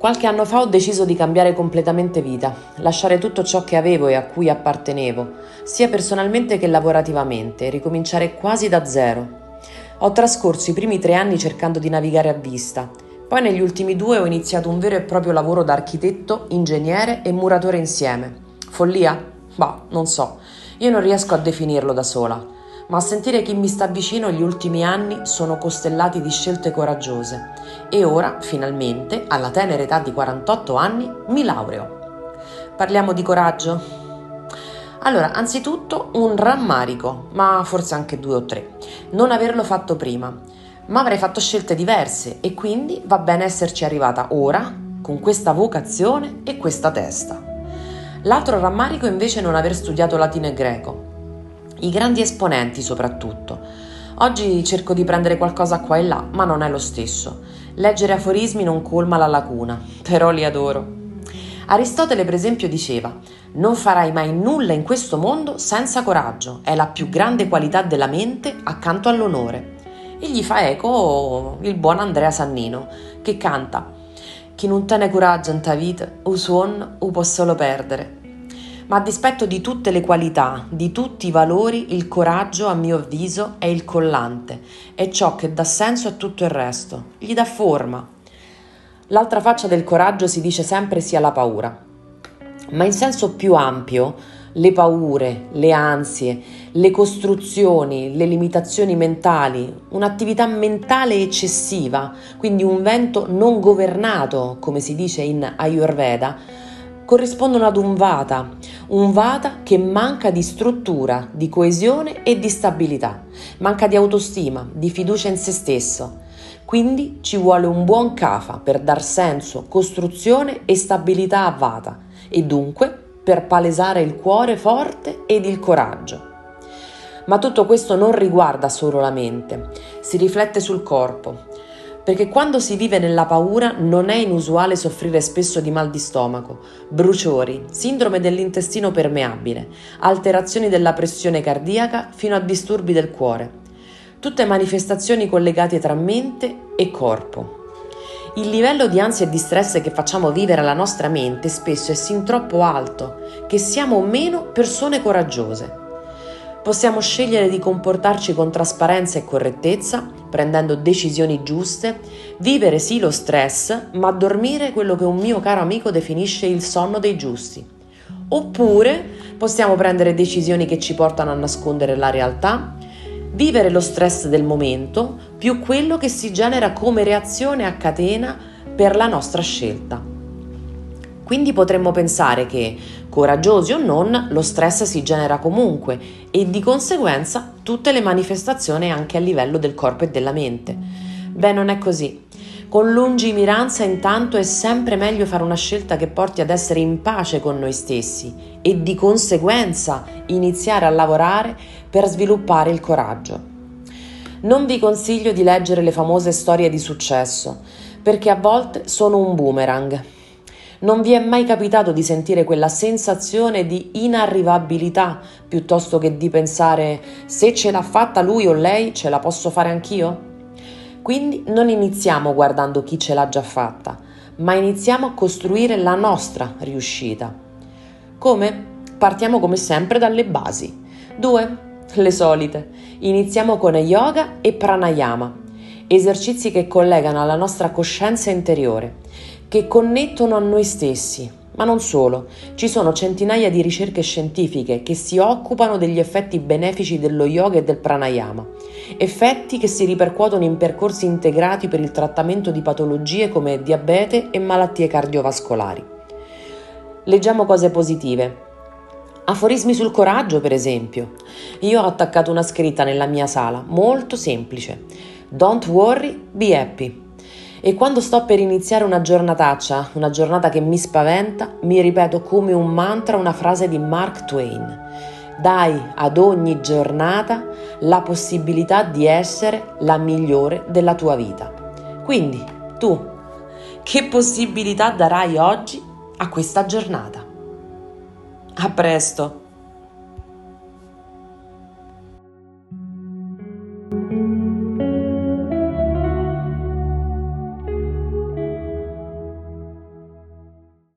Qualche anno fa ho deciso di cambiare completamente vita, lasciare tutto ciò che avevo e a cui appartenevo, sia personalmente che lavorativamente, e ricominciare quasi da zero. Ho trascorso i primi 3 anni cercando di navigare a vista, poi negli ultimi 2 ho iniziato un vero e proprio lavoro da architetto, ingegnere e muratore insieme. Follia? Bah, non so, io non riesco a definirlo da sola. Ma a sentire chi mi sta vicino gli ultimi anni sono costellati di scelte coraggiose e ora, finalmente, alla tenera età di 48 anni, mi laureo. Parliamo di coraggio? Allora, anzitutto un rammarico, ma forse anche 2 o 3, non averlo fatto prima, ma avrei fatto scelte diverse e quindi va bene esserci arrivata ora, con questa vocazione e questa testa. L'altro rammarico invece è non aver studiato latino e greco. I grandi esponenti soprattutto. Oggi cerco di prendere qualcosa qua e là, ma non è lo stesso. Leggere aforismi non colma la lacuna, però li adoro. Aristotele per esempio diceva: non farai mai nulla in questo mondo senza coraggio, è la più grande qualità della mente accanto all'onore. E gli fa eco il buon Andrea Sannino, che canta: chi non tiene coraggio in ta vita, o suon o può solo perdere. Ma a dispetto di tutte le qualità, di tutti i valori, il coraggio, a mio avviso, è il collante, è ciò che dà senso a tutto il resto, gli dà forma. L'altra faccia del coraggio si dice sempre sia la paura, ma in senso più ampio, le paure, le ansie, le costruzioni, le limitazioni mentali, un'attività mentale eccessiva, quindi un vento non governato, come si dice in Ayurveda, corrispondono ad un vata che manca di struttura, di coesione e di stabilità, manca di autostima, di fiducia in se stesso. Quindi ci vuole un buon kapha per dar senso, costruzione e stabilità a vata e dunque per palesare il cuore forte ed il coraggio. Ma tutto questo non riguarda solo la mente, si riflette sul corpo. Perché quando si vive nella paura non è inusuale soffrire spesso di mal di stomaco, bruciori, sindrome dell'intestino permeabile, alterazioni della pressione cardiaca fino a disturbi del cuore. Tutte manifestazioni collegate tra mente e corpo. Il livello di ansia e di stress che facciamo vivere alla nostra mente spesso è sin troppo alto, che siamo meno persone coraggiose. Possiamo scegliere di comportarci con trasparenza e correttezza, prendendo decisioni giuste, vivere sì lo stress, ma dormire quello che un mio caro amico definisce il sonno dei giusti. Oppure possiamo prendere decisioni che ci portano a nascondere la realtà, vivere lo stress del momento, più quello che si genera come reazione a catena per la nostra scelta. Quindi potremmo pensare che, coraggiosi o non, lo stress si genera comunque e di conseguenza tutte le manifestazioni anche a livello del corpo e della mente. Beh, non è così. Con lungimiranza intanto è sempre meglio fare una scelta che porti ad essere in pace con noi stessi e di conseguenza iniziare a lavorare per sviluppare il coraggio. Non vi consiglio di leggere le famose storie di successo, perché a volte sono un boomerang. Non vi è mai capitato di sentire quella sensazione di inarrivabilità piuttosto che di pensare: se ce l'ha fatta lui o lei, ce la posso fare anch'io? Quindi non iniziamo guardando chi ce l'ha già fatta, ma iniziamo a costruire la nostra riuscita. Come? Partiamo come sempre dalle basi. 2. Le solite. Iniziamo con yoga e pranayama, esercizi che collegano alla nostra coscienza interiore, che connettono a noi stessi, ma non solo. Ci sono centinaia di ricerche scientifiche che si occupano degli effetti benefici dello yoga e del pranayama, effetti che si ripercuotono in percorsi integrati per il trattamento di patologie come diabete e malattie cardiovascolari. Leggiamo cose positive. Aforismi sul coraggio, per esempio. Io ho attaccato una scritta nella mia sala, molto semplice: Don't worry, be happy. E quando sto per iniziare una giornataccia, una giornata che mi spaventa, mi ripeto come un mantra una frase di Mark Twain: dai ad ogni giornata la possibilità di essere la migliore della tua vita. Quindi, tu, che possibilità darai oggi a questa giornata? A presto!